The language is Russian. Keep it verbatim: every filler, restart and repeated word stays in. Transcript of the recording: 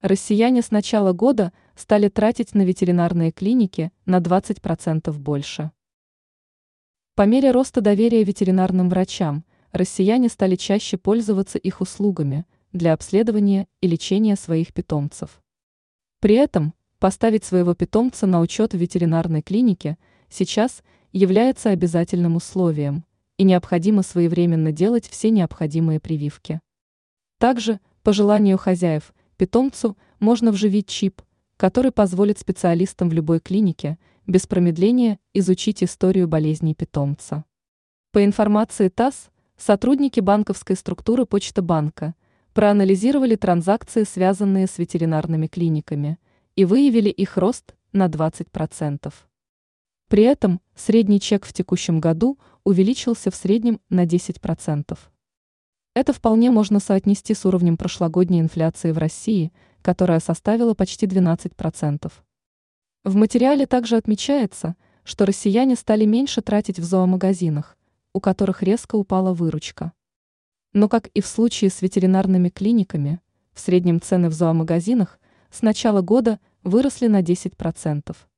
Россияне с начала года стали тратить на ветеринарные клиники на двадцать процентов больше. По мере роста доверия ветеринарным врачам, россияне стали чаще пользоваться их услугами для обследования и лечения своих питомцев. При этом поставить своего питомца на учет в ветеринарной клинике сейчас является обязательным условием, и необходимо своевременно делать все необходимые прививки. Также, по желанию хозяев, питомцу можно вживить чип, который позволит специалистам в любой клинике без промедления изучить историю болезней питомца. По информации ТАСС, сотрудники банковской структуры Почта банка проанализировали транзакции, связанные с ветеринарными клиниками, и выявили их рост на двадцать процентов. При этом средний чек в текущем году увеличился в среднем на десять процентов. Это вполне можно соотнести с уровнем прошлогодней инфляции в России, которая составила почти двенадцать процентов. В материале также отмечается, что россияне стали меньше тратить в зоомагазинах, у которых резко упала выручка. Но, как и в случае с ветеринарными клиниками, в среднем цены в зоомагазинах с начала года выросли на десять процентов.